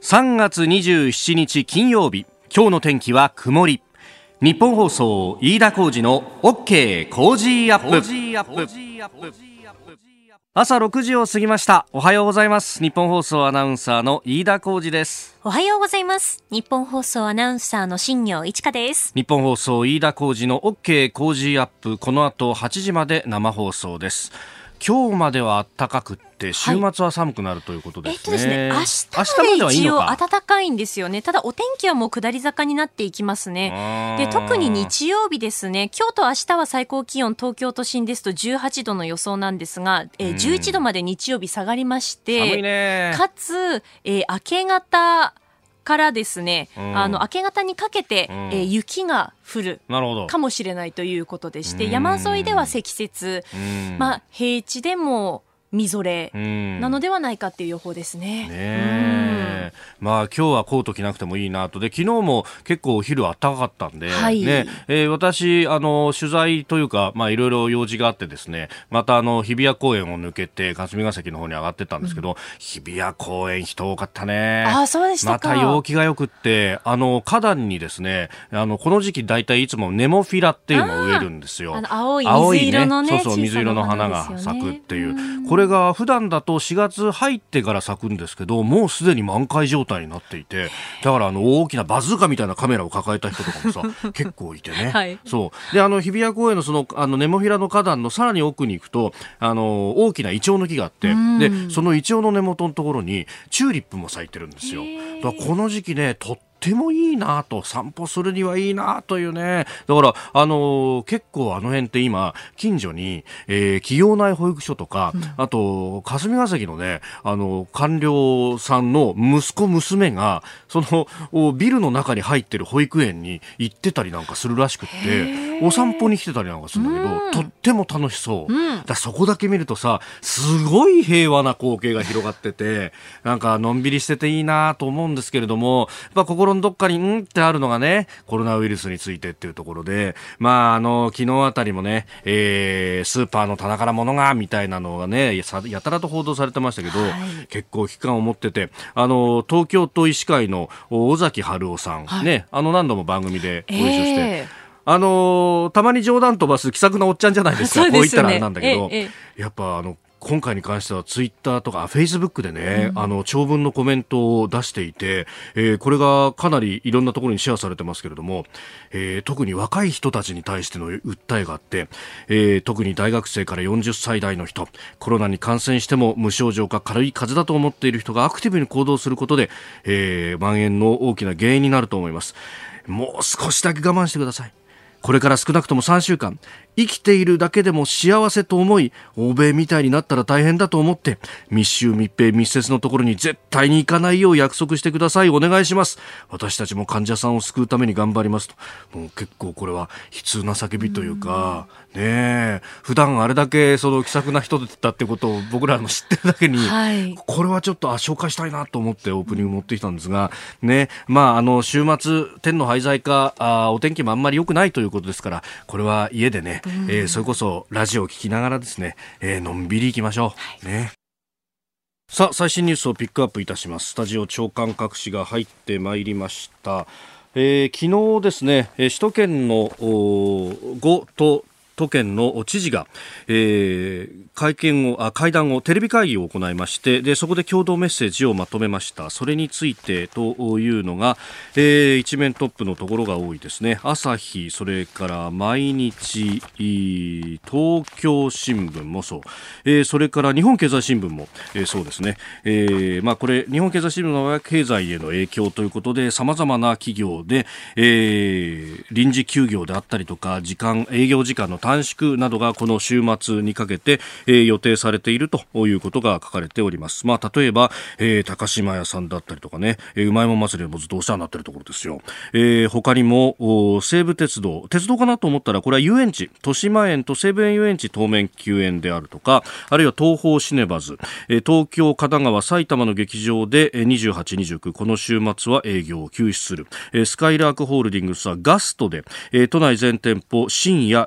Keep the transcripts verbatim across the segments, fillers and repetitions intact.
さんがつにじゅうしちにち金曜日、今日の天気は曇り。日本放送飯田浩司の OK コージーアップ。朝ろくじを過ぎました。おはようございます。日本放送アナウンサーの飯田浩司です。 おはようございます。日本放送アナウンサーの新業一華です。 日本放送飯田浩司の OK コージーアップ、この後はちじまで生放送です。今日までは暖かくって週末は寒くなるということですね。 はい、えっとですね、明日まで一応暖かいんですよね。ただお天気はもう下り坂になっていきますね。で、特に日曜日ですね、今日と明日は最高気温東京都心ですとじゅうはちどの予想なんですが、えー、じゅういちどまで日曜日下がりまして、 寒いね。 かつ、えー、明け方からですね、うん、あの明け方にかけて、うん、えー、雪が降るかもしれないということでして、山沿いでは積雪、まあ、平地でもみぞれなのではないかっていう予報ですね。 ねえ、まあ今日はコート着なくてもいいなと。で、昨日も結構お昼は暖かかったんで、 はいね、えー、私あの取材というか、まあいろいろ用事があってですね、またあの日比谷公園を抜けて霞ヶ関の方に上がってったんですけど、うん、日比谷公園人多かったね。 あ、そうでしたか。 また陽気がよくって、あの花壇にですね、あのこの時期だいたいいつもネモフィラっていうのを植えるんですよ。 あの青い水色のね、 青いね、そうそう、水色の花が咲くっていう。これが普段だとしがつ入ってから咲くんですけど、もうすでに満開状態になっていて、だからあの大きなバズーカみたいなカメラを抱えた人とかもさ結構いてね、はい、そうで、あの日比谷公園のそのあのネモフィラの花壇のさらに奥に行くと、あの大きなイチョウの木があって、でそのイチョウの根元のところにチューリップも咲いてるんですよ。だからこの時期ね、とってとってもいいなと、散歩するにはいいなというね。だからあのー、結構あの辺って今近所に、えー、企業内保育所とか、うん、あと霞ヶ関のね、あの官僚さんの息子娘がそのビルの中に入ってる保育園に行ってたりなんかするらしくって、お散歩に来てたりなんかするんだけど、うん、とっても楽しそう、うん、だそこだけ見るとさ、すごい平和な光景が広がってて、なんかのんびりしてていいなと思うんですけれども、やっぱ心のどっかにうんってあるのがね、コロナウイルスについてっていうところで、まああの昨日あたりもね、えー、スーパーの棚から物がみたいなのがね、や, やたらと報道されてましたけど、はい、結構危機感を持ってて、あの東京都医師会の尾崎春夫さん、はい、ね、あの何度も番組でご一緒して、えーあのー、たまに冗談飛ばす気さくなおっちゃんじゃないですか。そうですね、こう言ったらあれなんだけど、ええ、やっぱあの今回に関してはツイッターとかフェイスブックでね、うん、あの長文のコメントを出していて、えー、これがかなりいろんなところにシェアされてますけれども、えー、特に若い人たちに対しての訴えがあって、えー、特に大学生からよんじゅっさい代の人、コロナに感染しても無症状か軽い風邪だと思っている人がアクティブに行動することで、えー、蔓延の大きな原因になると思います。もう少しだけ我慢してください。これから少なくともさんしゅうかん、生きているだけでも幸せと思い、欧米みたいになったら大変だと思って密集密閉密接のところに絶対に行かないよう約束してください。お願いします。私たちも患者さんを救うために頑張りますと。もう結構これは悲痛な叫びというか、ねえ、普段あれだけその気さくな人だってことを僕らも知ってるだけに、はい、これはちょっとあ紹介したいなと思ってオープニング持ってきたんですがね、まああの週末天の廃材か、あお天気もあんまり良くないということですから、これは家でね、えー、それこそラジオを聞きながらですね、えー、のんびり行きましょう、はい、ね。さあ最新ニュースをピックアップいたします。スタジオ長官各紙が入ってまいりました。えー、昨日ですね、首都圏のご都都県の知事が、えー、会見をあ会談をテレビ会議を行いまして、でそこで共同メッセージをまとめました。それについてというのが、えー、一面トップのところが多いですね。朝日、それから毎日、東京新聞もそう、えー、それから日本経済新聞も、えー、そうですね、えーまあ、これ日本経済新聞の場合は経済への影響ということで、様々な企業で、えー、臨時休業であったりとか時間営業時間の短縮などがこの週末にかけて、えー、予定されているということが書かれております。まあ、例えば、えー、高島屋さんだったりとかね、えー、うまいもん祭りでもずっとお世話になっているところですよ。えー、他にも西武鉄道鉄道かなと思ったら、これは遊園地、豊島園と西武園遊園地当面休園であるとか、あるいは東宝シネバズ、えー、東京、神奈川、埼玉の劇場でにじゅうはち、にじゅうくこの週末は営業を休止する。えー、スカイラークホールディングスはガストで、えー、都内全店舗深夜休業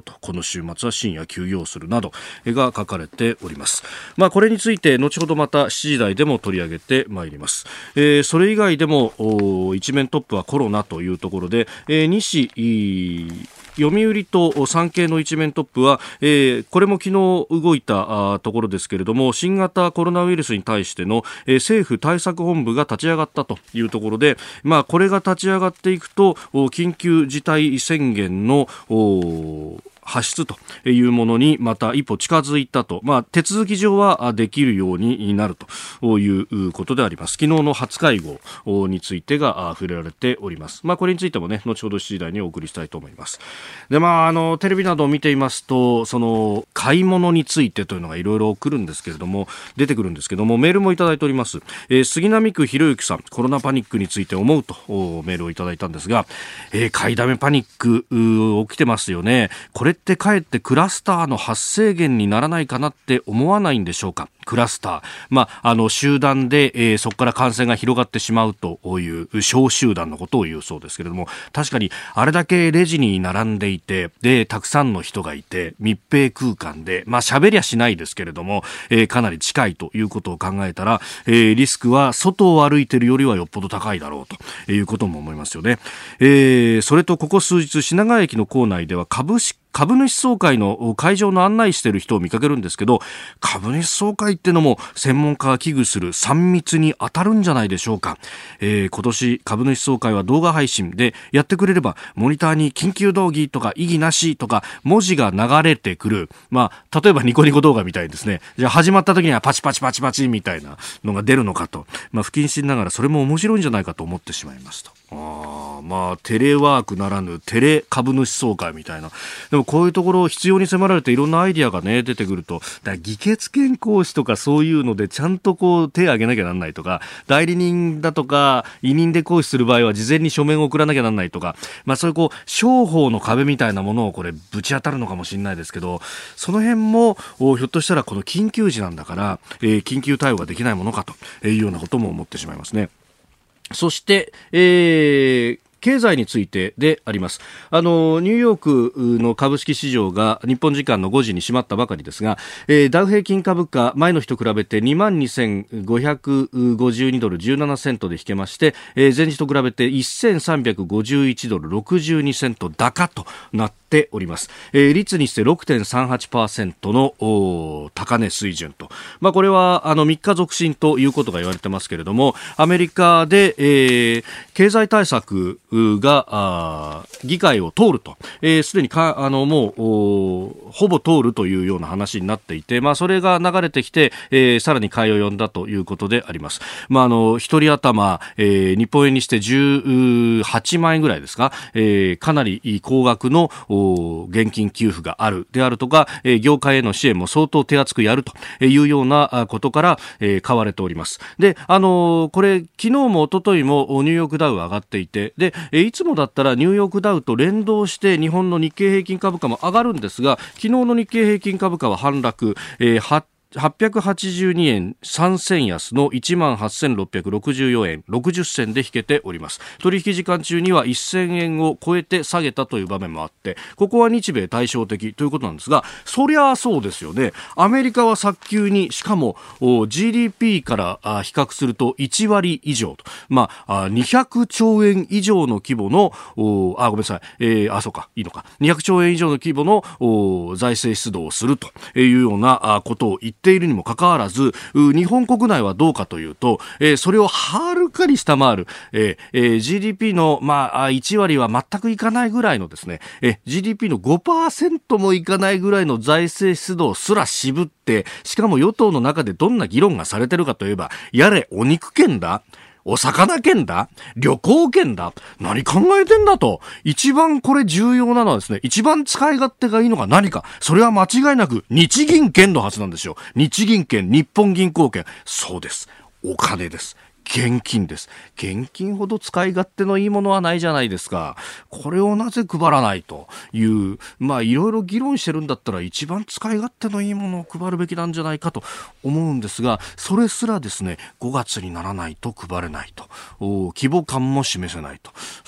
と、この週末は深夜休業するなどが書かれております。まあ、これについて後ほどまたしちじ台でも取り上げてまいります。えー、それ以外でも一面トップはコロナというところで、えー、西読売と産経の一面トップは、えー、これも昨日動いたところですけれども、新型コロナウイルスに対しての、えー、政府対策本部が立ち上がったというところで、まあ、これが立ち上がっていくと緊急事態宣言の発出というものにまた一歩近づいたと、まあ、手続き上はできるようになるということであります。昨日の初会合についてが触れられております。まあ、これについてもね、後ほどしちじ台にお送りしたいと思います。で、まあ、あのテレビなどを見ていますと、その買い物についてというのがいろいろ来るんですけれども、出てくるんですけども、メールもいただいております。えー、杉並区ひろゆきさん、コロナパニックについて思うとメールをいただいたんですが、えー、買いだめパニック起きてますよね。これってかえってクラスターの発生源にならないかなって思わないんでしょうか。クラスター、まあ、あの集団で、えー、そこから感染が広がってしまうという小集団のことを言うそうですけれども、確かにあれだけレジに並んでいて、でたくさんの人がいて密閉空間で、まあ喋りゃしないですけれども、えー、かなり近いということを考えたら、えー、リスクは外を歩いているよりはよっぽど高いだろうということも思いますよね。えー、それとここ数日品川駅の構内では株式株主総会の会場の案内している人を見かけるんですけど、株主総会ってのも専門家が危惧するさん密に当たるんじゃないでしょうか。えー、今年株主総会は動画配信でやってくれれば、モニターに緊急動議とか異議なしとか文字が流れてくる。まあ、例えばニコニコ動画みたいですね。じゃあ始まった時にはパチパチパチパチみたいなのが出るのかと。まあ、不謹慎ながらそれも面白いんじゃないかと思ってしまいますと。あまあ、テレワークならぬテレ株主総会みたいな。でもこういうところを必要に迫られていろんなアイディアがね出てくると、だから議決権行使とかそういうのでちゃんとこう手を挙げなきゃなんないとか、代理人だとか委任で行使する場合は事前に書面を送らなきゃなんないとか、まあそういうこう商法の壁みたいなものをこれぶち当たるのかもしれないですけど、その辺もひょっとしたらこの緊急時なんだから、えー、緊急対応ができないものかというようなことも思ってしまいますね。そして、えー経済についてであります。あのニューヨークの株式市場が日本時間のごじに閉まったばかりですが、えー、ダウ平均株価前の日と比べて にまんにせんごひゃくごじゅうにドルじゅうななセントで引けまして、えー、前日と比べてせんさんびゃくごじゅういちドルろくじゅうにセント高となっております。えー、率にして ろくてんさんはちパーセント の高値水準と、まあ、これはあのみっか続伸ということが言われてますけれども、アメリカで、えー、経済対策が議会を通ると、えー、すでにかあのもうほぼ通るというような話になっていて、まあ、それが流れてきて、えー、さらに買いを呼んだということであります。まあ、あの一人頭、えー、日本円にしてじゅうはちまんえんぐらいですか、えー、かなり高額の現金給付があるであるとか、えー、業界への支援も相当手厚くやるというようなことから、えー、買われております。で、あのこれ昨日も一昨日もニューヨークダウ上がっていて、でいつもだったらニューヨークダウと連動して日本の日経平均株価も上がるんですが、昨日の日経平均株価は反落、えー、はっぴゃくはちじゅうにえんさんせん安の いちまんはっせんろっぴゃくろくじゅうよんえんろくじゅっせんで引けております。取引時間中にはせんえんを超えて下げたという場面もあって、ここは日米対照的ということなんですが、そりゃそうですよね。アメリカは早急に、しかも ジーディーピー から比較するといちわり以上と、まあ、にひゃくちょうえん以上の規模のあごめんなさい、えー、あそうかいいのかにひゃくちょうえん以上の規模の財政出動をするというようなことを言っているにもかかわらず、日本国内はどうかというと、えー、それをはるかに下回る、えーえー、ジーディーピー の、まあ、いちわりは全くいかないぐらいのですね、えー、ジーディーピー の ごパーセント もいかないぐらいの財政出動すら渋って、しかも与党の中でどんな議論がされているかといえば、やれお肉券だ、お魚券だ、旅行券だ、何考えてんだと。一番これ重要なのはですね、一番使い勝手がいいのが何か。それは間違いなく日銀券のはずなんですよ。日銀券、日本銀行券。そうです。お金です。現金です。現金ほど使い勝手のいいものはないじゃないですか。これをなぜ配らないという、まあいろいろ議論してるんだったら一番使い勝手のいいものを配るべきなんじゃないかと思うんですが、それすらですね、ごがつにならないと配れないと、規模感も示せないと、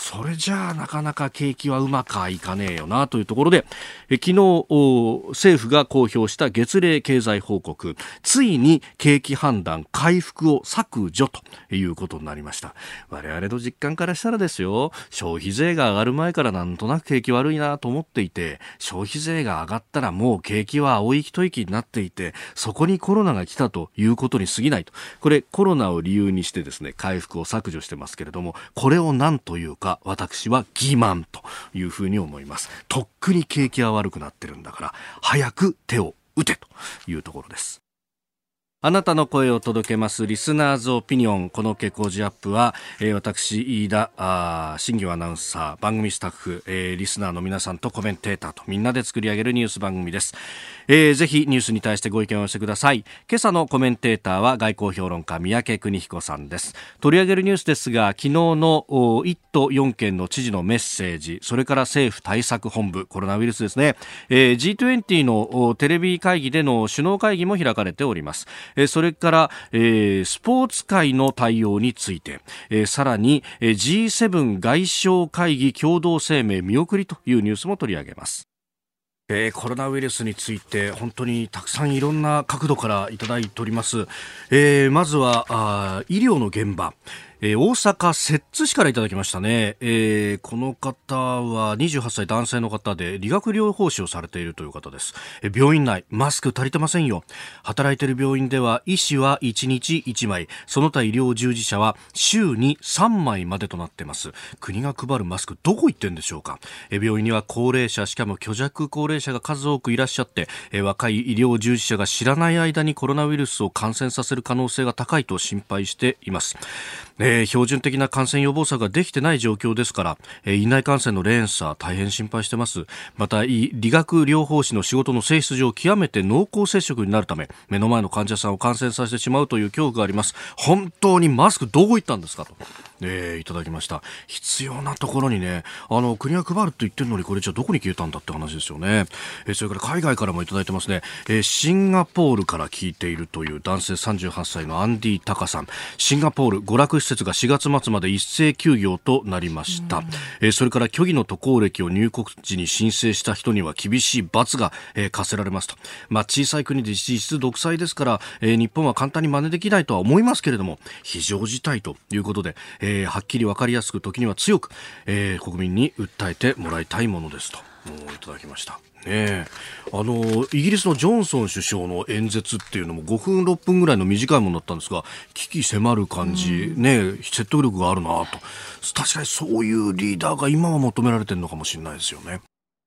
それじゃあなかなか景気はうまくはいかねえよなというところで、え昨日政府が公表した月例経済報告、ついに景気判断回復を削除ということになりました。我々の実感からしたらですよ、消費税が上がる前からなんとなく景気悪いなと思っていて、消費税が上がったらもう景気は青い一息になっていて、そこにコロナが来たということに過ぎないと。これコロナを理由にしてですね、回復を削除してますけれども、これを何というか私は欺瞞というふうに思います。とっくに景気は悪くなってるんだから早く手を打てというところです。あなたの声を届けますリスナーズオピニオン。この傾向時アップは、えー、私飯田あ新業アナウンサー、番組スタッフ、えー、リスナーの皆さんとコメンテーターとみんなで作り上げるニュース番組です。えー、ぜひニュースに対してご意見を寄せください。今朝のコメンテーターは外交評論家三宅邦彦さんです。取り上げるニュースですが、昨日のいっ都よん県の知事のメッセージ、それから政府対策本部、コロナウイルスですね、えー、ジートゥエンティー のテレビ会議での首脳会議も開かれております。それから、えー、スポーツ界の対応について、えー、さらに ジーセブン 外相会議共同声明見送りというニュースも取り上げます。えー、コロナウイルスについて本当にたくさんいろんな角度からいただいております。えー、まずはあ医療の現場、えー、大阪摂津市からいただきましたね。えー、この方はにじゅうはっさい男性の方で理学療法士をされているという方です。えー、病院内マスク足りてませんよ。働いている病院では医師はいちにちいちまい、その他医療従事者は週にさんまいまでとなっています。国が配るマスクどこ行ってんでしょうか。えー、病院には高齢者、しかも虚弱高齢者が数多くいらっしゃって、えー、若い医療従事者が知らない間にコロナウイルスを感染させる可能性が高いと心配しています。えー、標準的な感染予防策ができてない状況ですから、えー、院内感染の連鎖大変心配してます。また理学療法士の仕事の性質上極めて濃厚接触になるため、目の前の患者さんを感染させてしまうという恐怖があります。本当にマスクどこ行ったんですかと、えー、いただきました。必要なところにね、あの国が配ると言ってるのにこれじゃどこに消えたんだって話ですよね。えー、それから海外からもいただいてますね。えー、シンガポールから聞いているという男性さんじゅうはっさいのアンディ・タカさん。シンガポール娯楽施設がしがつ末まで一斉休業となりました。えー、それから虚偽の渡航歴を入国時に申請した人には厳しい罰が、えー、課せられますと。まあ、小さい国で実質独裁ですから、えー、日本は簡単に真似できないとは思いますけれども、非常事態ということで、えー、はっきり分かりやすく時には強く、えー、国民に訴えてもらいたいものですといただきました。ね、あのイギリスのジョンソン首相の演説っていうのもごふんろっぷんぐらいの短いものだったんですが、危機迫る感じ、うん、ね、説得力があるなと。確かにそういうリーダーが今は求められてるのかもしれないですよね。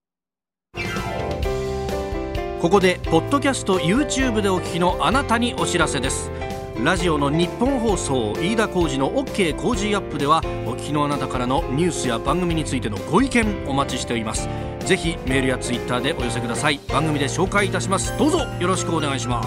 ここでポッドキャスト YouTube でお聞きのあなたにお知らせです。ラジオの日本放送飯田浩司の OK 工事アップでは、お聞きのあなたからのニュースや番組についてのご意見お待ちしております。ぜひメールやツイッターでお寄せください。番組で紹介いたします。どうぞよろしくお願いします。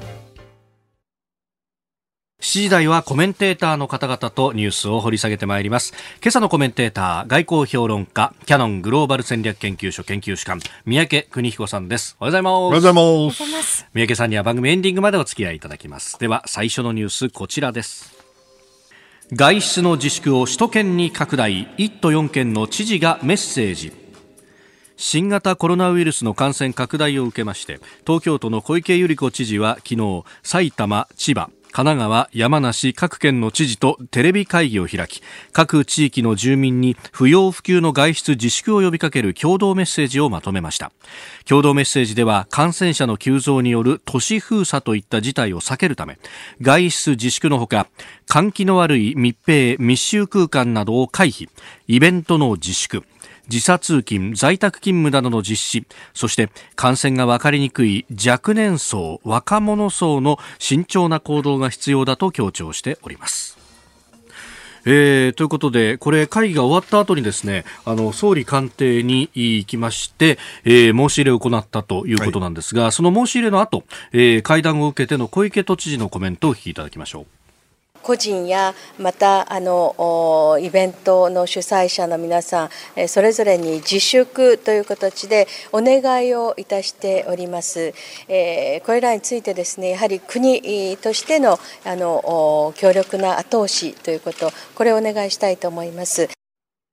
しちじ台はコメンテーターの方々とニュースを掘り下げてまいります。今朝のコメンテーター、外交評論家、キヤノングローバル戦略研究所研究主幹、三宅邦彦さんです。おはようございます。おはようございます。 三宅さんには番組エンディングまでお付き合いいただきます。では最初のニュース、こちらです。外出の自粛を首都圏に拡大、いっ都よん県の知事がメッセージ。新型コロナウイルスの感染拡大を受けまして、東京都の小池百合子知事は昨日、埼玉、千葉、神奈川、山梨各県の知事とテレビ会議を開き、各地域の住民に不要不急の外出自粛を呼びかける共同メッセージをまとめました。共同メッセージでは、感染者の急増による都市封鎖といった事態を避けるため、外出自粛のほか、換気の悪い密閉密集空間などを回避、イベントの自粛、時差通勤、在宅勤務などの実施、そして感染が分かりにくい若年層、若者層の慎重な行動が必要だと強調しております。えー、ということで、これ会議が終わった後にですね、あの総理官邸に行きまして、えー、申し入れを行ったということなんですが、はい、その申し入れの後、えー、会談を受けての小池都知事のコメントをお聞きいただきましょう。 個人やまたあのイベントの主催者の皆さん、それぞれに自粛という形でお願いをいたしております。えー、これらについてですね、やはり国としてのあの強力な後押しということ、これをお願いしたいと思います。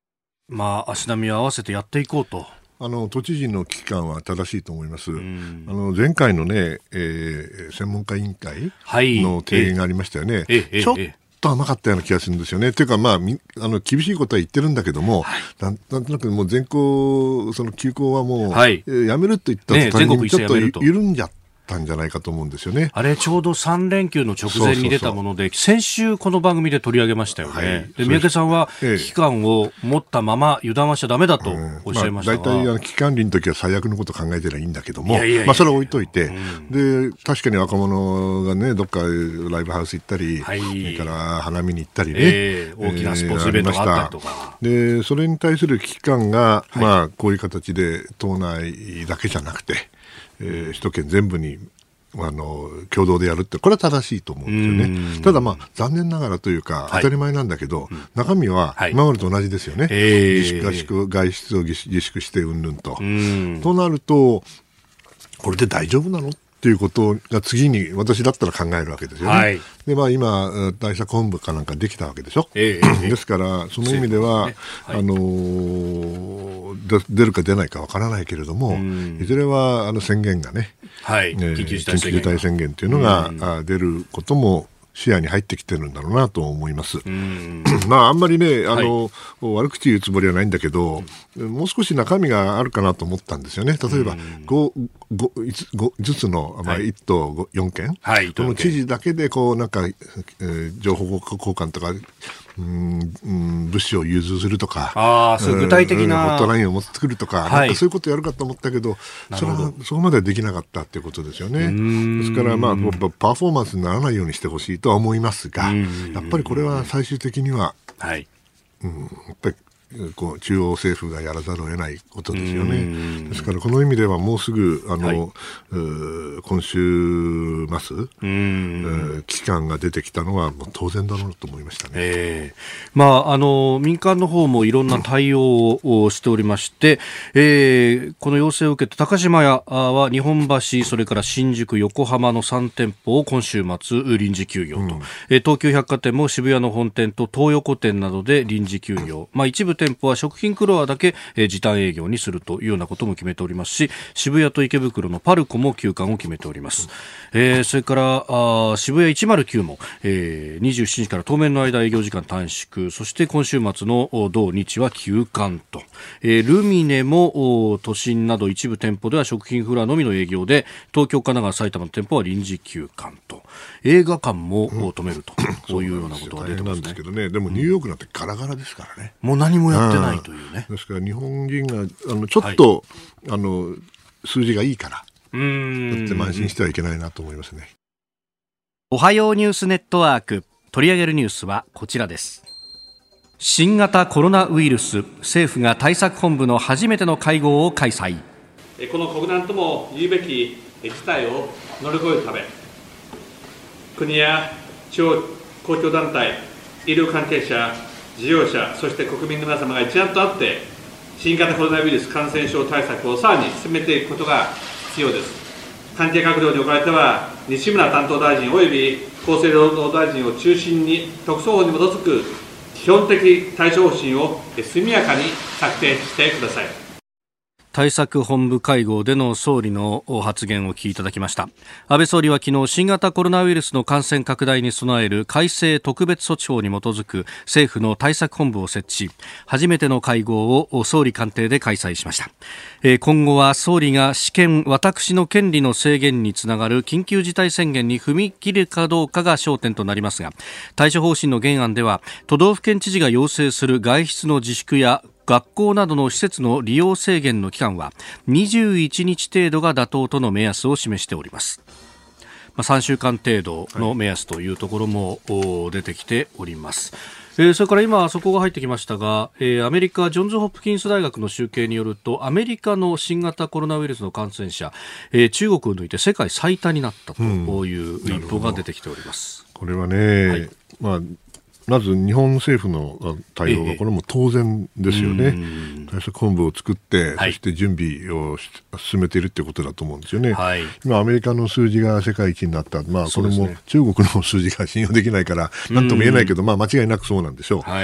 まあ、足並みを合わせてやっていこうと。 あの都知事の危機感は正しいと思います。うん、あの前回のね、えー、専門家委員会の提言がありましたよね、はい、ちょっと甘かったような気がするんですよね。というか、まあ、みあの厳しいことは言ってるんだけども、はい、なんなんとなくもう全校その休校はもう、はい、えー、やめると言った途端にちょっと緩んじゃってたんじゃないかと思うんですよね。 あれちょうどさん連休の直前に出たもので、そうそうそう、先週この番組で取り上げましたよね、はい、で三宅さんは危機感を持ったまま油断はしちゃダメだとおっしゃいましたが、 大体、まあ、危機管理の時は最悪のことを考えてりゃいいんだけども、いやいやいや、まあ、それは置いといて、うん、で確かに若者がねどっかライブハウス行ったり、はい、それから花見に行ったりね、えー、大きなスポーツイベントがあったりとか、えー、でそれに対する危機感が、はい、まあ、こういう形で党内だけじゃなくて、えー、首都圏全部にあの共同でやるってこれは正しいと思うんですよね。ただ、まあ、残念ながらというか、はい、当たり前なんだけど、うん、中身は今までと同じですよね、はい、自粛自粛外出を自粛してうんぬんととなるとこれで大丈夫なのということが次に私だったら考えるわけですよね、はい、で、まあ、今対策本部かなんかできたわけでしょ、えー、ですからその意味では、ね、はい、あのー、出るか出ないかわからないけれども、いずれはあの宣言がね、はい、えー、緊急事態宣言、緊急事態宣言というのが出ることも視野に入ってきてるんだろうなと思います。うん、まあ、あんまりねあの、はい、悪口言うつもりはないんだけど、うん、もう少し中身があるかなと思ったんですよね。例えば ご, ご, ごずつの、まあ、いっ党よんけん、はい、この知事だけでこうなんか、えー、情報交換とかうんうん、物資を融通するとか、あ、そういう具体的なホットラインを持ってくるとか、はい、なんかそういうことをやるかと思ったけど、それはそこまではできなかったということですよね。ですから、まあ、パフォーマンスにならないようにしてほしいとは思いますが、やっぱりこれは最終的には、はい、うん、やっぱりこう中央政府がやらざるを得ないことですよね。ですからこの意味ではもうすぐあの、はい、今週末期間が出てきたのはもう当然だろうと思いましたね。 えーまあ、あの民間の方もいろんな対応をしておりまして、うん、えー、この要請を受けて高島屋は日本橋、それから新宿、横浜のさん店舗を今週末臨時休業と、うん、東急百貨店も渋谷の本店と東横店などで臨時休業、まあ、一部店舗は食品フロアだけ、えー、時短営業にするというようなことも決めておりますし、渋谷と池袋のパルコも休館を決めております、えー、それからあ渋谷いちまるきゅうも、えー、にじゅうしちじから当面の間営業時間短縮、そして今週末の土日は休館と、えー、ルミネも都心など一部店舗では食品フロアのみの営業で、東京、神奈川、埼玉の店舗は臨時休館と、映画館も止めると、うん、こういうようなことが出てますね。大変なんですけどね、 でもニューヨークなんてガラガラですからね、 もう何もやってないというね。 ですから日本人があのちょっと、はい、あの数字がいいからうーんだって慢心してはいけないなと思いますね。 おはようニュースネットワーク、取り上げるニュースはこちらです。新型コロナウイルス、政府が対策本部の初めての会合を開催。 この国難とも言うべき事態を乗り越えるため、国や地方公共団体、医療関係者、事業者、そして国民の皆様が一丸となって新型コロナウイルス感染症対策をさらに進めていくことが必要です。関係閣僚におかれては西村担当大臣および厚生労働大臣を中心に特措法に基づく基本的対処方針を速やかに策定してください。 対策本部会合での総理の発言をお聞きいただきました。安倍総理は昨日、新型コロナウイルスの感染拡大に備える改正特別措置法に基づく政府の対策本部を設置し、初めての会合を総理官邸で開催しました。今後は総理が私権、私の権利の制限につながる緊急事態宣言に踏み切るかどうかが焦点となりますが、対処方針の原案では都道府県知事が要請する外出の自粛や学校などの施設の利用制限の期間はにじゅういちにち程度が妥当との目安を示しております。まあ、さんしゅうかん程度の目安というところも、はい、出てきております。えー、それから今速報が入ってきましたが、えー、アメリカジョンズホプキンス大学の集計によると、アメリカの新型コロナウイルスの感染者、えー、中国を抜いて世界最多になったという一報が出てきております。 うん、これはね、はい、まあまず日本政府の対応がこれも当然ですよね。ええ、対策本部を作って、はい、そして準備を進めているということだと思うんですよね。はい、今アメリカの数字が世界一になった、まあ、これも中国の数字が信用できないから何とも言えないけど、まあ、間違いなくそうなんでしょう。はい、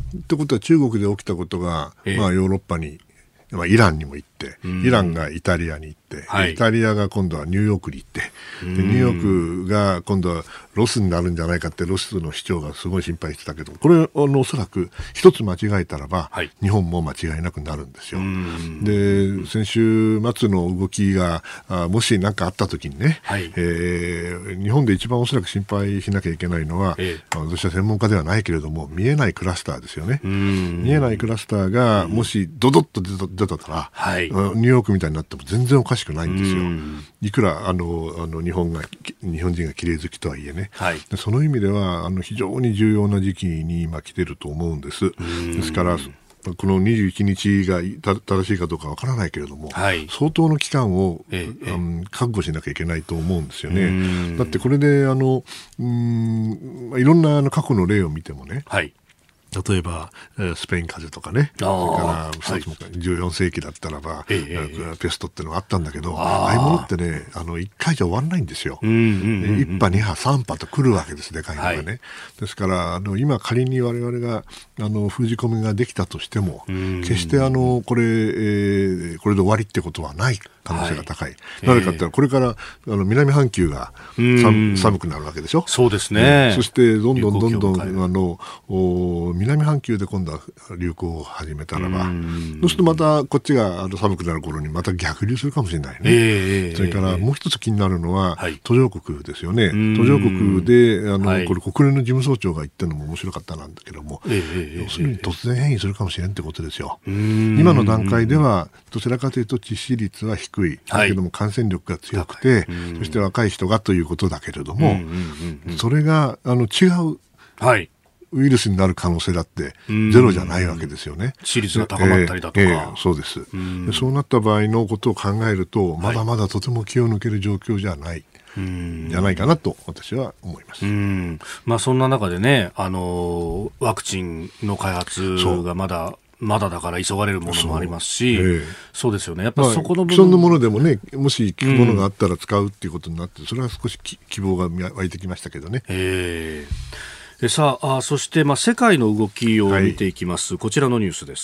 ってことは中国で起きたことが、ええまあ、ヨーロッパに、まあ、イランにも行って、イランがイタリアに行って、はい、イタリアが今度はニューヨークに行って、でニューヨークが今度はロスになるんじゃないかってロスの市長がすごい心配してたけど、これあのおそらく一つ間違えたらば、はい、日本も間違いなくなるんですよ。で先週末の動きがあもし何かあった時にね、はいえー、日本で一番おそらく心配しなきゃいけないのは、ええ、私は専門家ではないけれども見えないクラスターですよね。見えないクラスターがもしドドッと出た、出たら、はい、ニューヨークみたいになっても全然おかしくないんですよ。いくらあのあの日本が日本人が綺麗好きとはいえね、はい、でその意味ではあの非常に重要な時期に今来てると思うんです。ですからこのにじゅういちにちが正しいかどうかわからないけれども、はい、相当の期間を、ええ、うん覚悟しなきゃいけないと思うんですよね。だってこれであのうんいろんなあの過去の例を見てもね、はい例えば、スペイン風邪とかね、それからじゅうよんせいきだったらば、ええ、ペストっていうのがあったんだけど、ああいうものってね、あのいっかいじゃ終わらないんですよ。うんうんうんうん、いっぱにはさんぱと来るわけです、でかいのがね。はい、ですからあの今仮に我々があの封じ込めができたとしても、決してあのこれ、えー、これで終わりってことはない可能性が高い。はい、なぜかってこれからあの南半球が寒くなるわけでしょ。 そうですね。 そしてどんどんどんどんあの南半球で今度は流行を始めたらば、そうするとまたこっちがあの寒くなる頃にまた逆流するかもしれないね。えー、それからもう一つ気になるのは、はい、途上国ですよね。途上国であの、はい、これ国連の事務総長が言ってるのも面白かったなんだけども、えー、要するに突然変異するかもしれんってことですよ。今の段階ではどちらかというと致死率は低いだけども感染力が強くて、そして若い人がということだけれども、それがあの違う、はいウイルスになる可能性だってゼロじゃないわけですよね。 致死率が高まったりだとか、えーえー、 そうです。でそうなった場合のことを考えると、まだまだとても気を抜ける状況じゃない、はい、じゃないかなと私は思います。 うんまあ、そんな中でね、あのワクチンの開発がまだまだだから急がれるものもありますし、そう、えー、そうですよね。やっぱそこの部分、 まあ、既存のものでもね、もし効くものがあったら使うっていうことになって、それは少し希望が湧いてきましたけどね。 えーさあ、あそして、まあ、世界の動きを見ていきます、はい、こちらのニュースです。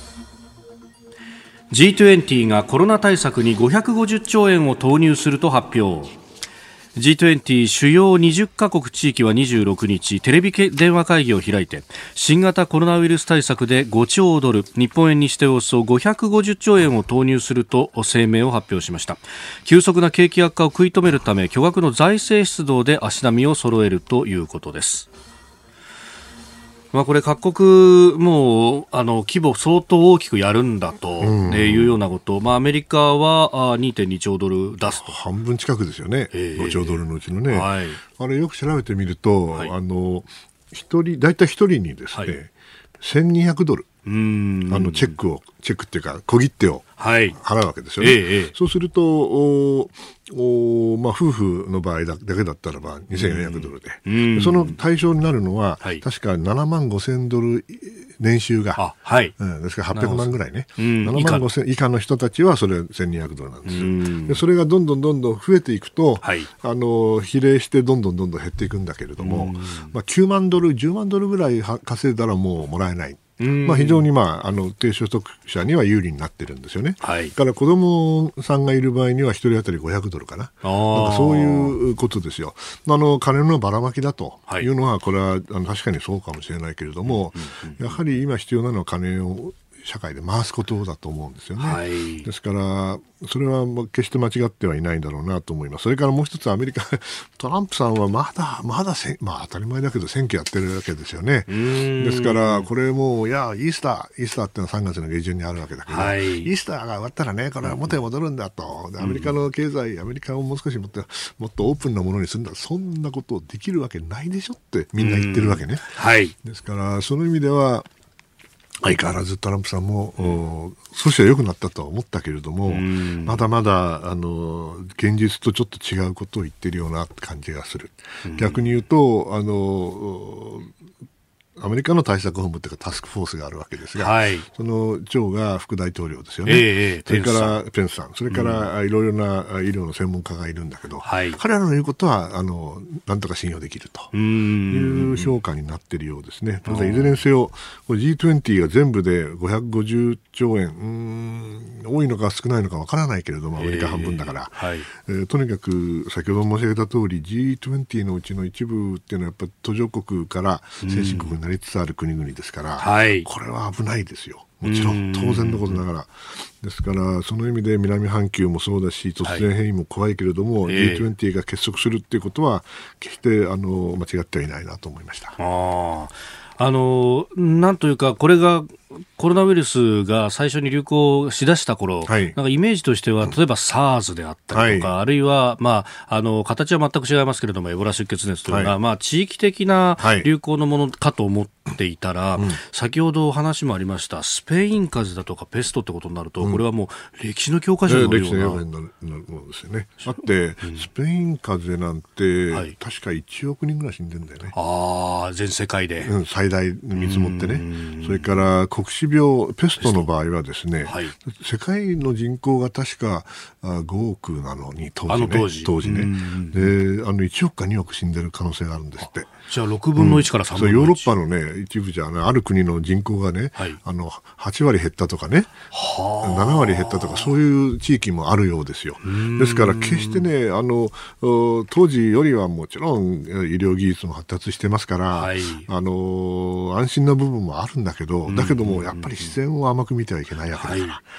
ジートゥエンティー がコロナ対策にごひゃくごじゅっちょうえんを投入すると発表。 ジートゥエンティー 主要にじゅっかこく地域はにじゅうろくにちテレビ電話会議を開いて、新型コロナウイルス対策でごちょうドル、日本円にしておよそごひゃくごじゅっちょうえんを投入すると声明を発表しました。急速な景気悪化を食い止めるため巨額の財政出動で足並みを揃えるということです。まあ、これ各国もうあの規模相当大きくやるんだというようなこと、まあ、アメリカは にてんにちょうドル出すと半分近くですよね、えー、ごちょうドルのうちのね、はい、あれよく調べてみると、はい、あの一人だいたいひとりにですね、はい、せんにひゃくドルうーんあのチェックをチェックっていうか小切手を払うわけですよね、はいええ、そうするとおお、まあ、夫婦の場合だけだったらばにせんよんひゃくドルで、でその対象になるのは、はい、確かななまんごせんドル年収が、はいうん、ですからはっぴゃくまんぐらいね、ななまんごせん以下の人たちはそれせんにひゃくドルなんですよ。でそれがどんどんどんどん増えていくと、はい、あの比例してどんどんどんどん減っていくんだけれども、まあ、きゅうまんドルじゅうまんドルぐらい稼いだらもうもらえない。まあ、非常に、まあ、あの低所得者には有利になってるんですよね。はい、だから子供さんがいる場合にはひとり当たりごひゃくドルかな。なんかそういうことですよ。あの金のばらまきだというのは、はい、これはあの確かにそうかもしれないけれども、うんうんうん、やはり今必要なのは金を社会で回すことだと思うんですよね。はい、ですからそれは決して間違ってはいないんだろうなと思います。それからもう一つアメリカトランプさんはまだまだせ、まあ、当たり前だけど選挙やってるわけですよね。ですからこれもういやイースターイースターってのはさんがつの下旬にあるわけだけど、はい、イースターが終わったらねこれは元へ戻るんだと、アメリカの経済アメリカをもう少しもっともっとオープンなものにするんだ、そんなことできるわけないでしょってみんな言ってるわけね。はい、ですからその意味では相変わらずトランプさんも、うん、少しは良くなったとは思ったけれども、まだまだあの現実とちょっと違うことを言ってるような感じがする。逆に言うとあのアメリカの対策本部というかタスクフォースがあるわけですが、はい、その長が副大統領ですよね、えー、それからペンスさん、それからいろいろな医療の専門家がいるんだけど、はい、彼らの言うことはあのなんとか信用できるという評価になっているようですね。ただいずれにせよ ジートゥエンティー が全部でごひゃくごじゅっちょうえん、うーん多いのか少ないのかわからないけれども、アメリカ半分だから、えーはいえー、とにかく先ほど申し上げた通り ジートゥエンティー のうちの一部っていうのはやっぱり途上国から先進国になりつつある国々ですから、はい、これは危ないですよ。もちろん当然のことながらですから、その意味で南半球もそうだし突然変異も怖いけれども、はい、ジートゥエンティー が結束するっていうことは決してあの間違ってはいないなと思いました。 ああのなんというか、これがコロナウイルスが最初に流行しだした頃、はい、なんかイメージとしては例えば SARS であったりとか、はい、あるいは、まあ、あの形は全く違いますけれどもエボラ出血熱というのが、はい、まあ、地域的な流行のものかと思っていたら、はいうん、先ほど話もありましたスペイン風邪だとかペストってことになると、うん、これはもう歴史の教科書のような、 歴史の教科書になるものですよね。だって、うん、スペイン風邪なんて、はい、確かいちおくにんぐらい死んでるんだよね。 あ全世界で、 うん、最大見積もってね。それから黒死病ペストの場合はですね、はい、世界の人口が確かごおくなのに当時ね、当時、当時ねであのいちおくかにおく死んでる可能性があるんですって。 じゃあろくぶんのいちからさんぶんのいち、うん、 ヨーロッパの、ね、一部じゃ、ね、ある国の人口がね、はい、あのはちわり減ったとかねななわり減ったとかそういう地域もあるようですよ。ですから決してねあの当時よりはもちろん医療技術も発達してますから、はい、あの安心な部分もあるんだけど、だけどもやっぱり自然を甘く見てはいけないわけだから、はい、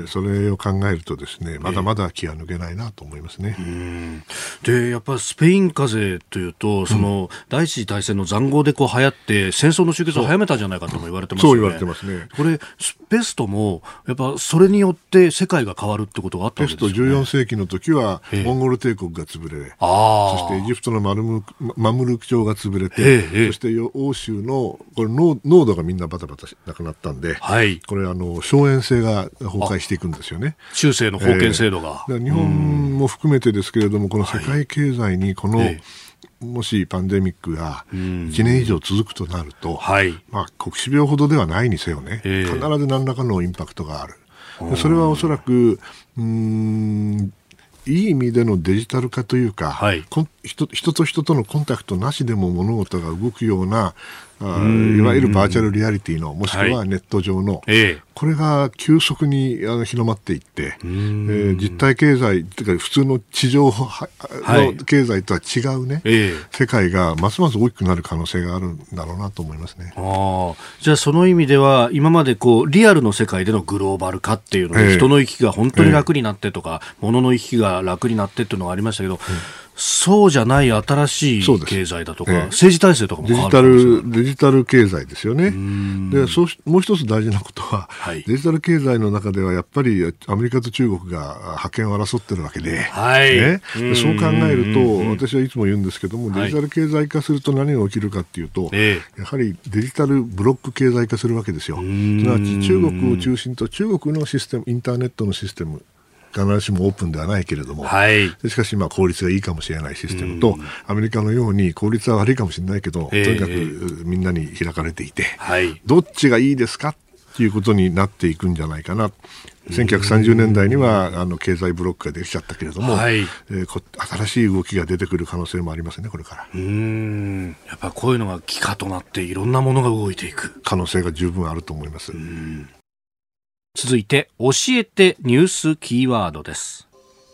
それを考えるとですねまだまだ気が抜けないなと思いますね。 うんでやっぱりスペイン風邪というとその、うん、第一次大戦の塹壕でこう流行って戦争の終結を早めたんじゃないかとも言われてますよね。 そう言われてますね。 これペストもやっぱそれによって世界が変わるってことがあったんですよね。 ペストじゅうよんせいきの時はモンゴル帝国が潰れ、そしてエジプトのマルムマムルク朝が潰れて、そして欧州のこれ濃度がみんなバタバタなくなったんで、はい、これあの荘園制が崩壊していくんですよね。 中世の封建制度が、 えー、日本も含めてですけれどもこの世界経済にこの、はいもしパンデミックがいちねん以上続くとなると、はいまあ、黒死病ほどではないにせよね、えー、必ず何らかのインパクトがある。それはおそらくうーんいい意味でのデジタル化というか、はい、人, 人と人とのコンタクトなしでも物事が動くようなあいわゆるバーチャルリアリティのもしくはネット上の、はい、これが急速にあの広まっていって、えー、実体経済というか普通の地上の経済とは違うね、はい、世界がますます大きくなる可能性があるんだろうなと思いますね。 あじゃあその意味では今までこうリアルの世界でのグローバル化っていうので、えー、人の行き来が本当に楽になってとか、えー、物の行き来が楽になってっていうのがありましたけど、うんそうじゃない新しい経済だとか、ええ、政治体制とかも変わるんですよ。 デジタル、デジタル経済ですよね。でそうもう一つ大事なことは、はい、デジタル経済の中ではやっぱりアメリカと中国が覇権を争ってるわけで、はいね、でそう考えると私はいつも言うんですけども、デジタル経済化すると何が起きるかっていうと、はい、やはりデジタルブロック経済化するわけですよ。すなわち中国を中心と中国のシステムインターネットのシステム必ずしもオープンではないけれども、はい、しかしまあ効率がいいかもしれないシステムと、アメリカのように効率は悪いかもしれないけど、えー、とにかくみんなに開かれていて、はい、どっちがいいですかということになっていくんじゃないかな。せんきゅうひゃくさんじゅうねんだいにはあの経済ブロックができちゃったけれども、はいえー、こ新しい動きが出てくる可能性もありますねこれから。 うーんやっぱこういうのが基礎となっていろんなものが動いていく可能性が十分あると思います。うん続いて教えてニュースキーワードです。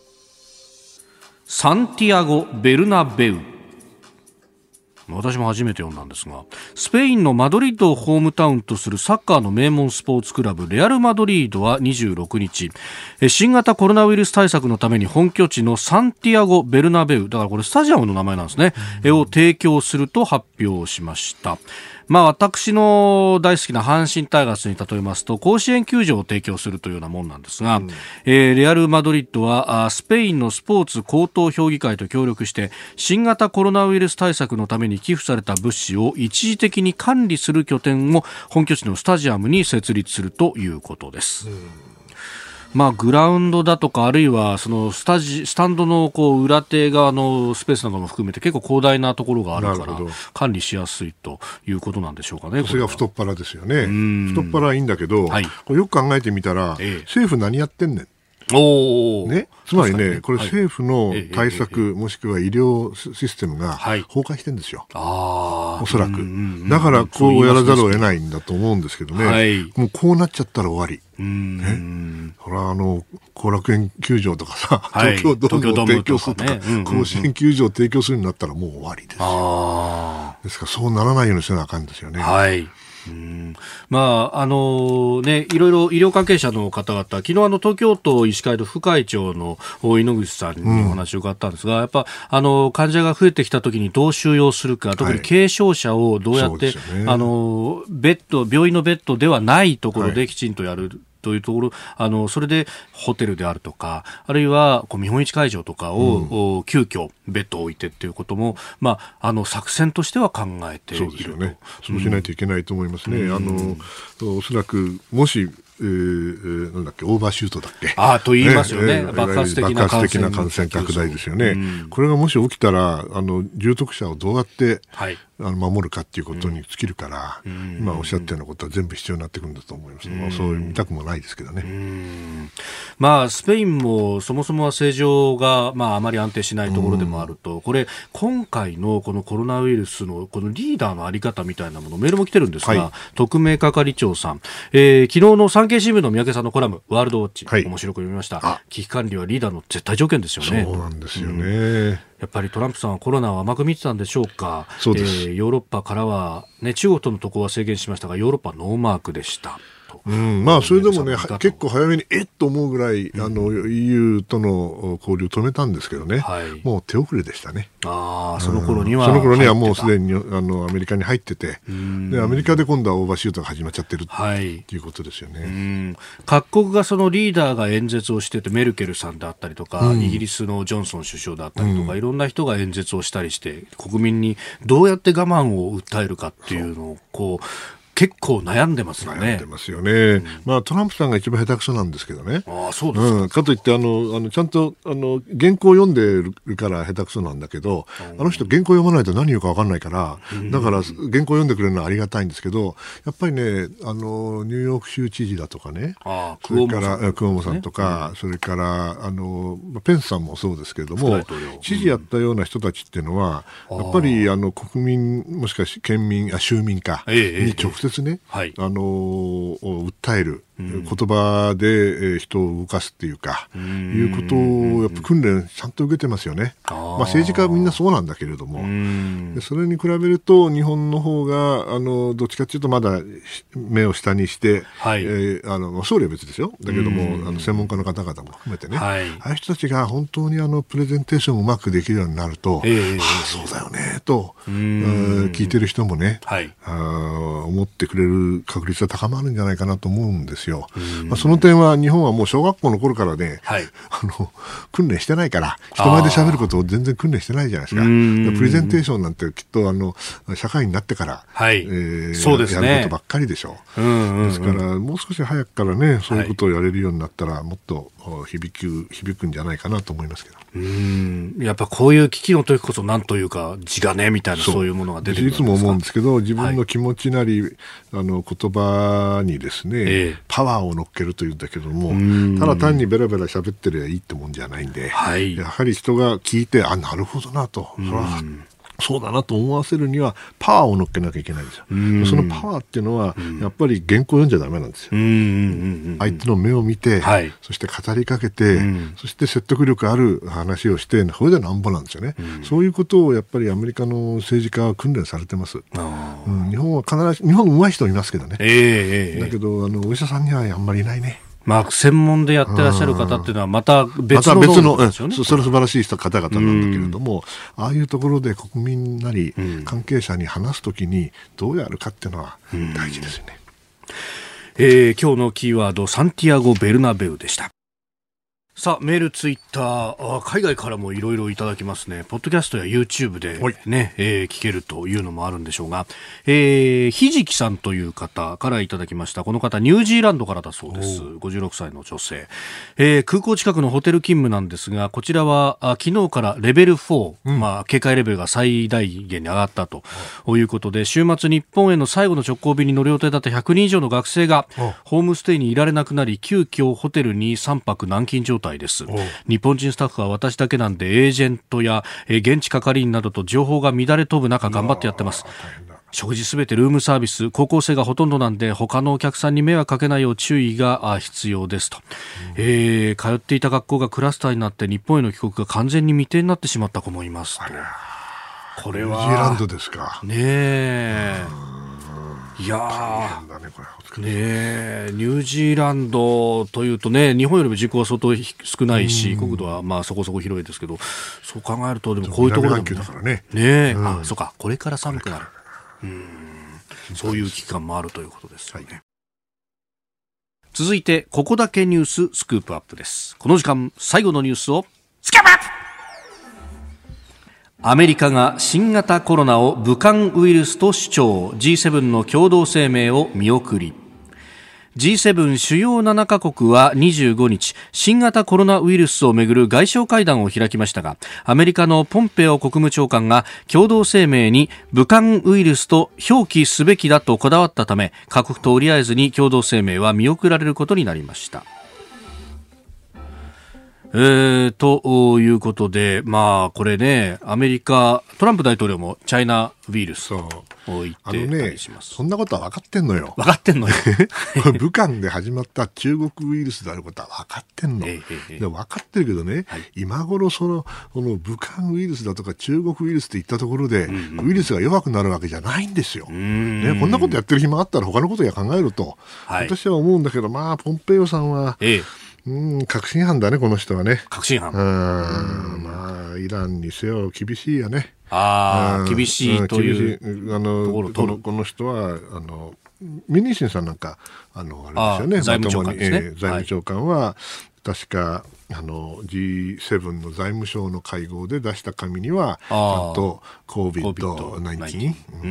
サンティアゴ・ベルナベウ私も初めて読んだんですがスペインのマドリッドをホームタウンとするサッカーの名門スポーツクラブレアル・マドリードはにじゅうろくにち新型コロナウイルス対策のために本拠地のサンティアゴ・ベルナベウだからこれスタジアムの名前なんですね、うん、を提供すると発表しました。まあ、私の大好きな阪神タイガースに例えますと甲子園球場を提供するというようなもんなんですが、うんえー、レアル・マドリッドはスペインのスポーツ高等評議会と協力して新型コロナウイルス対策のために寄付された物資を一時的に管理する拠点を本拠地のスタジアムに設立するということです。うんまあ、グラウンドだとかあるいはそのスタジスタンドのこう裏手側のスペースなども含めて結構広大なところがあるから管理しやすいということなんでしょうかね。 それが太っ腹ですよね。太っ腹はいいんだけど、はい、これよく考えてみたら、ええ、政府何やってんねん。 おね、つまりね、これ政府の対策、もしくは医療システムが崩壊してるんですよ。あおそらく。だからこうやらざるを得ないんだと思うんですけどね。はい、もうこうなっちゃったら終わり。ね、ほらあの後楽園球場とかさ、はい、東京ドームを提供するとか、甲子園球場を提供するようになったらもう終わりですよ。あですからそうならないようにせなあかんですよね。 はいうんまああのね、いろいろ医療関係者の方々、昨日あの東京都医師会の副会長の井ノ口さんにお話を伺ったんですが、うん、やっぱあの患者が増えてきたときにどう収容するか、特に軽症者をどうやって、はいね、あのベッド病院のベッドではないところできちんとやる、はいというところ、あのそれでホテルであるとか、あるいはこう見本市会場とかを、うん、急遽ベッドを置いてっていうことも、まあ、あの作戦としては考えている。 そうですよね。そうしないといけないと思いますね。うん、あのおそらくもしえー、なんだっけオーバーシュートだっけあと言いますよね、ね爆発的な感染、 爆発的な感染拡大ですよね、うん、これがもし起きたらあの重篤者をどうやって、はい、あの守るかっていうことに尽きるから、うん、今おっしゃったようなことは全部必要になってくるんだと思います、うんまあ、そう見たくもないですけどね、うんまあ、スペインもそもそもは政情が、まあ、あまり安定しないところでもあると、うん、これ今回のこのコロナウイルスのこのリーダーのあり方みたいなものメールも来てるんですが、はい、特命係長さん、えー、昨日の産経新聞の三宅さんのコラムワールドウォッチ、はい、面白く読みました。危機管理はリーダーの絶対条件ですよね。 そうなんですよね、 うん、やっぱりトランプさんはコロナを甘く見てたんでしょうか。 そうです、 えー、ヨーロッパからは、ね、中国との渡航は制限しましたがヨーロッパはノーマークでした。 うんまあ、それでもね結構早めにえっと思うぐらい、うん、あの イーユー との交流を止めたんですけどね、はい、もう手遅れでしたね。 あその頃には、 うん、その頃にはもうすでにあのアメリカに入ってて、でアメリカで今度はオーバーシュートが始まっちゃってる、はい、っていうことですよね。 うん各国がそのリーダーが演説をしててメルケルさんであったりとか、うん、イギリスのジョンソン首相であったりとか、うん、いろんな人が演説をしたりして国民にどうやって我慢を訴えるかっていうのをこう結構悩んでますよね。 悩んでますよね、うんまあ、トランプさんが一番下手くそなんですけどね。 あそうですか、 うん、かといってあのあのちゃんとあの原稿を読んでるから下手くそなんだけど、うん、あの人原稿を読まないと何言うか分かんないから、うん、だから原稿を読んでくれるのはありがたいんですけど、やっぱりねあのニューヨーク州知事だとかね、あそれからクオモさんとか、うん、それからあのペンスさんもそうですけれども、知事やったような人たちっていうのは、うん、やっぱりあの国民もしくは県民あ州民か、ええ、に直接ね、はい、あの訴える、うん、言葉で、えー、人を動かすっていうか、うん、いうことをやっぱ訓練ちゃんと受けてますよね。あ、まあ、政治家はみんなそうなんだけれども、うん、でそれに比べると日本の方があのどっちかというとまだ目を下にして、はいえー、あの総理は別ですよ。だけども、うん、あの専門家の方々も含めてね、はい、ああいう人たちが本当にあのプレゼンテーションをうまくできるようになると、えー、はあ、そうだよねと、うん、聞いてる人もね、はい、あ思ってくれる確率は高まるんじゃないかなと思うんですよ。まあ、その点は日本はもう小学校の頃からね、はい、あの訓練してないから人前で喋ることを全然訓練してないじゃないですか。プレゼンテーションなんてきっとあの社会になってから、はいえー、そうですね、やることばっかりでしょう。うんうんうん、ですからもう少し早くからねそういうことをやれるようになったら、はい、もっと響く、響くんじゃないかなと思いますけど。 うーんやっぱこういう危機の時こそなんというか地がねみたいなそういうものが出てくるんですか。 いつも思うんですけど自分の気持ちなり、はい、あの言葉にですね、えー、パワーを乗っけるというんだけども、ただ単にベラベラ喋ってりゃいいってもんじゃないんで、はい、やはり人が聞いてあなるほどなと、それはそうだなと思わせるにはパワーを乗っけなきゃいけないんですよ。そのパワーっていうのはやっぱり原稿読んじゃダメなんですよ。相手の目を見て、はい、そして語りかけて、そして説得力ある話をしてそれでなんぼなんですよね。そういうことをやっぱりアメリカの政治家は訓練されてます。うん、日本は必ず日本上手い人いますけどね、えー、だけどあのお医者さんにはあんまりいないね。 まあ、専門でやってらっしゃる方っていうのはまた別の能力ですよね。 また別の、それ素晴らしい方々なんだけれども、ああいうところで国民なり関係者に話すときにどうやるかっていうのは大事ですよね。 えー、今日のキーワードサンティアゴ・ベルナベウでした。 さあメール、ツイッター、海外からもいろいろいただきますね。ポッドキャストや YouTube でね、えー、聞けるというのもあるんでしょうが、えー、ひじきさんという方からいただきました。この方ニュージーランドからだそうです。ごじゅうろくさいの女性、えー、空港近くのホテル勤務なんですが、こちらはあ昨日からレベルフォー、うん、まあ、警戒レベルが最大限に上がったということで、週末日本への最後の直行便に乗る予定だったひゃくにん以上の学生がホームステイにいられなくなり、急遽ホテルにさんぱく軟禁状態です。日本人スタッフは私だけなんで、エージェントや現地係員などと情報が乱れ飛ぶ中頑張ってやってます。食事すべてルームサービス、高校生がほとんどなんで他のお客さんに迷惑かけないよう注意が必要ですと、うん、えー、通っていた学校がクラスターになって日本への帰国が完全に未定になってしまった子もいますと。これはニュージーランドですかねえ、いやー、ね、ね、ニュージーランドというとね、日本よりも人口は相当少ないし、国土はまあそこそこ広いですけど、そう考えるとでもこういうところでも ね, だからね、ね、うん、あ、そうか、これから寒くなる、うん、そういう危機感もあるということですよね。はい、続いてここだけニューススクープアップです。この時間最後のニュースをスキャップアップ。アメリカが新型コロナを武漢ウイルスと主張、 ジーセブン の共同声明を見送り。 ジーセブン 主要ななカ国はにじゅうごにち、新型コロナウイルスをめぐる外相会談を開きましたが、アメリカのポンペオ国務長官が共同声明に武漢ウイルスと表記すべきだとこだわったため、各国と折り合えずに共同声明は見送られることになりました。えー、ということで、まあこれね、アメリカトランプ大統領もチャイナウイルスを言ってたりします。 ね、そんなことは分かってんのよ。 分かってんのよ。 武漢で始まった中国ウイルスであることは分かってんの。えー、で分かってるけどね、はい、今頃そのこの武漢ウイルスだとか中国ウイルスって言ったところで、うんうん、ウイルスが弱くなるわけじゃないんですよ。ね、こんなことやってる暇あったら他のことや考えると、はい、私は思うんだけど、まあポンペイオさんは、えーうん、確信犯だね、この人はね。 確信犯。 うん、まあイランにせよ厳しいよね。 ああ、厳しいというあのこのこの人はあのミニシンさんなんかあのあれですよね。財務長官ですね。えー、財務長官は、はい、確かあの ジーセブン の財務省の会合で出した紙にはちゃんと コービッドナインティーン、うん、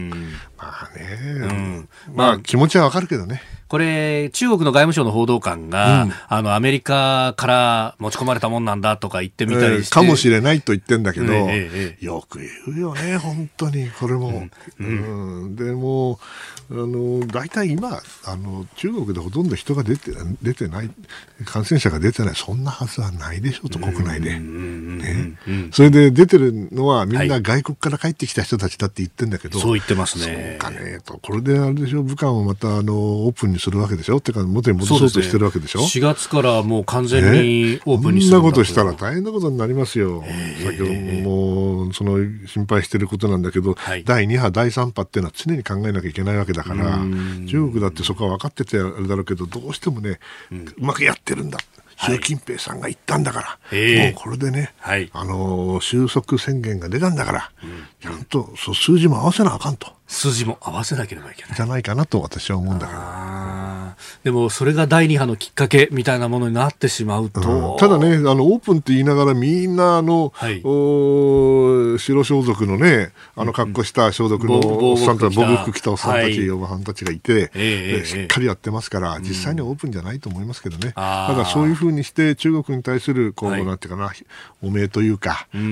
まあね、うん、まあ気持ちはわかるけどね。 これ中国の外務省の報道官が、うん、あのアメリカから持ち込まれたもんなんだとか言ってみたりして、 えー、かもしれないと言ってんだけど、えーえー、よく言うよね本当にこれも、うんうんうん、でもあの大体今あの中国でほとんど人が出て、出てない感染者が出てない、そんなはずはないでしょうと、国内で、ね、それで出てるのはみんな外国から帰ってきた人たちだって言ってるんだけど、はい、 そう言ってますね。 そうかねと、これであれでしょ、武漢をまたあのオープンにするわけでしょってか元に戻そうとしてるわけでしょ。 しがつからもう完全にオープンにするんだと。 そんなことしたら大変なことになりますよ。先ほどもその心配してることなんだけど、はい、だいに波だいさん波っていうのは常に考えなきゃいけないわけだから、中国だってそこは分かっててあれだろうけど、どうしてもね、うん、うまくやってるんだ、習近平さんが言ったんだから、はい、もうこれでね、はい、あの収束宣言が出たんだから、うん、ちゃんとそう数字も合わせなあかんと、 数字も合わせなければいけないじゃないかなと私は思うんだから。 でもそれがだいに波のきっかけみたいなものになってしまうと、 うん、ただね、あのオープンって言いながらみんなあの、はい、お白装束のね、あの格好した装束のおっさんたち、防護服着たおっさんたち、はい、おばはんたちがいて、えー、しっかりやってますから、実際にはオープンじゃないと思いますけどね、うん、ただそういうふうにして中国に対するこう、はい、なんていうかな、汚名というか、うん、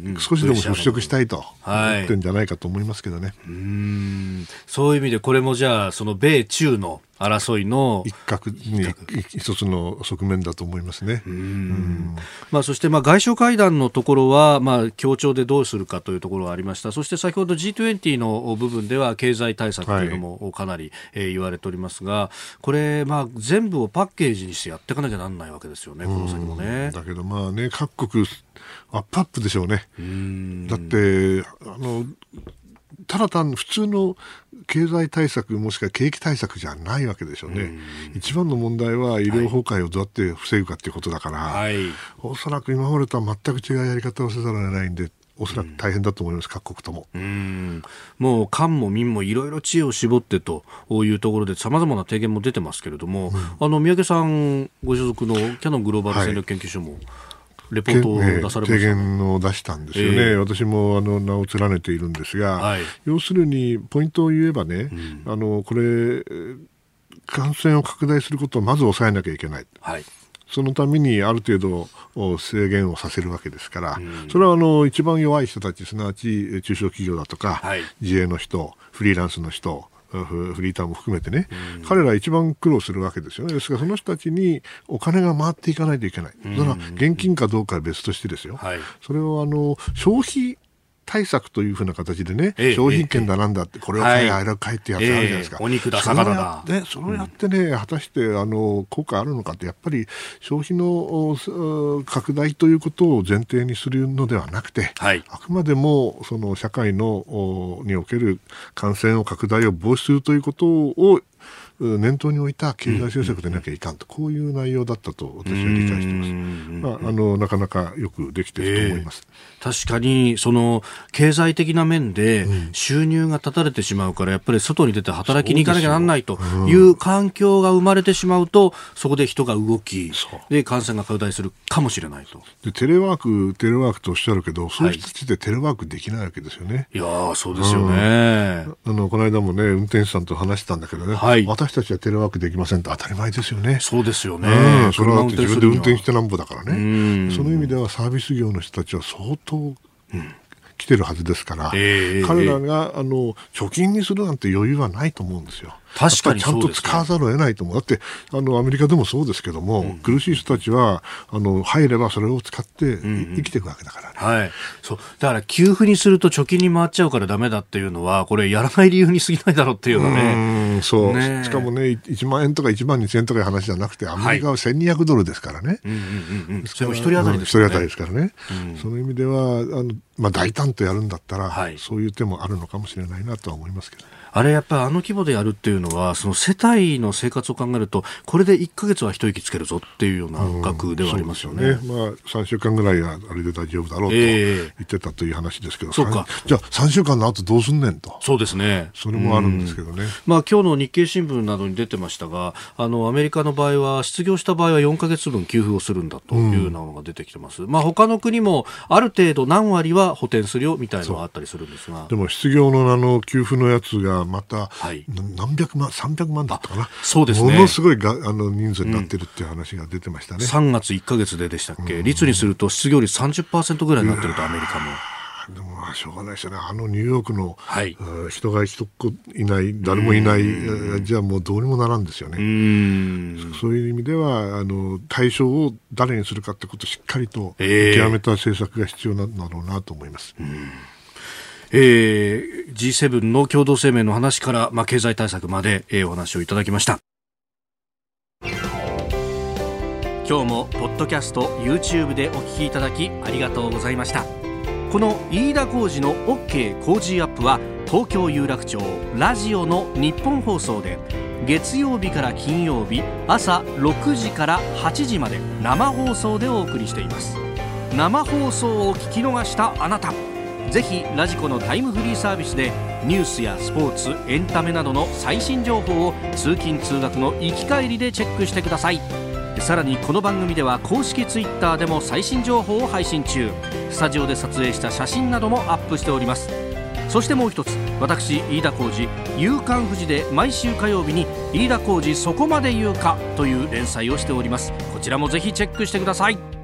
少しでも払拭したいと思ってるんじゃないかと思いますけどね、はい、うーん、そういう意味でこれもじゃあその米中の争いの一角に一つの側面だと思いますね。うんうんまあ、そしてまあ外相会談のところはまあ協調でどうするかというところがありました。そして先ほど ジートゥエンティー の部分では経済対策というのもかなり言われておりますが、はい、これまあ全部をパッケージにしてやっていかなきゃなんないわけですよね、この先もね。 だけどまあね、各国アップアップでしょうね。うんだってあのただ単に普通の経済対策もしくは景気対策じゃないわけでしょうね。う一番の問題は医療崩壊をどうやって防ぐかということだから、はい、おそらく今までとは全く違うやり方をせざるを得ないんで、 おそらく大変だと思います、うん、各国とも。 うん、もう官も民もいろいろ知恵を絞ってというところで様々な提言も出てますけれども、うん、あの三宅さんご所属のキヤノングローバル戦略研究所も、はい、レポートを出されました、ね、 提言を出したんですよね、えー、私もあの名を連ねているんですが、はい、要するにポイントを言えばね、うん、あのこれ感染を拡大することをまず抑えなきゃいけない、はい、そのためにある程度制限をさせるわけですから、うん、それはあの一番弱い人たち、すなわち中小企業だとか、はい、自営の人、フリーランスの人、フリーターも含めてね、うん、彼ら一番苦労するわけですよね。ですからその人たちにお金が回っていかないといけない、うん、それは現金かどうかは別としてですよ、はい、それをあの消費対策というふうな形でね、ええ、商品券だなんだって、これを買え、あれを買えってやつあるじゃないですか、 ええ、お肉だ魚だ、 それをやって、それをやってね、うん、果たしてあの効果あるのかって、やっぱり消費の拡大ということを前提にするのではなくて、はい、あくまでもその社会のにおける感染を拡大を防止するということを念頭に置いた経済政策でなきゃいかんと、うん、こういう内容だったと私は理解しています。まあ、あのなかなかよくできていると思います。 えー、確かにその経済的な面で収入が断たれてしまうから、やっぱり外に出て働きに行かなきゃならないという環境が生まれてしまうと、そこで人が動きで感染が拡大するかもしれないと。 でテレワークテレワークとおっしゃるけど、そういう人たちでテレワークできないわけですよね。 いやー、そうですよね。 うん、あのこの間もね、運転手さんと話したんだけどね、はい、私たちはテレワークできませんと、当たり前ですよね。 そうですよね。 うん、それはだって自分で運転してなんぼだからね。その意味ではサービス業の人たちは相当、うん、来てるはずですから、えー、彼らがあの貯金にするなんて余裕はないと思うんですよ。 確かにそうですね。 ちゃんと使わざるを得ないと思う。だってあのアメリカでもそうですけども、うん、苦しい人たちはあの入ればそれを使って生きていくわけだからね。 うんうん、はい。そうだから給付にすると貯金に回っちゃうからダメだっていうのは、これやらない理由に過ぎないだろうっていうのね。 うん、そう、ね。しかもね、いちまんえんとかいちまんにせんえんとかいう話じゃなくて、アメリカはせんにひゃくドルですからね。うんうんうんうん。それも一人当たりですからね。一人当たりですからね。うん、その意味ではあの、まあ、大胆とやるんだったら、はい、そういう手もあるのかもしれないなとは思いますけど。 あれやっぱりあの規模でやるっていうのは、その世帯の生活を考えると、これでいっかげつは一息つけるぞっていうような額ではありますよね。 うん、そうですよね。まあ、さんしゅうかんぐらいはあれで大丈夫だろうと言ってたという話ですけど、えー、そうか。じゃあさんしゅうかんの後どうすんねんと。 そうですね。 それもあるんですけどね。 まあ、今日の日経新聞などに出てましたが、あのアメリカの場合は失業した場合はよんかげつぶん給付をするんだというようなのが出てきてます。うん、まあ、他の国もある程度何割は補填するよみたいなのがあったりするんですが。 でも失業のあの給付のやつがまた、はい、何百万、さんびゃくまんだったかな。 そうですね。 ものすごいがあの人数になってるっていう話が出てましたね。うん、 さんがついっかげつででしたっけ、うん、率にすると失業率 さんじゅっパーセント ぐらいになってると、アメリカも。 でもまあしょうがないですよね。あのニューヨークの、はい、人が一個いない、誰もいない、じゃあもうどうにもならんですよね。うん、そういう意味ではあの対象を誰にするかってことをしっかりと見極めた政策が必要なんだろうなと思います。えーうんえー、ジーセブン の共同声明の話から、まあ、経済対策まで、えー、お話をいただきました。今日もポッドキャスト YouTube でお聞きいただきありがとうございました。この飯田浩司の OK 工事アップは東京有楽町ラジオの日本放送で月曜日から金曜日朝ろくじからはちじまで生放送でお送りしています。生放送を聞き逃したあなた、ぜひラジコのタイムフリーサービスでニュースやスポーツ、エンタメなどの最新情報を通勤通学の行き帰りでチェックしてください。さらにこの番組では公式ツイッターでも最新情報を配信中。スタジオで撮影した写真などもアップしております。そしてもう一つ、私飯田浩司、夕刊フジで毎週火曜日に飯田浩司そこまで言うかという連載をしております。こちらもぜひチェックしてください。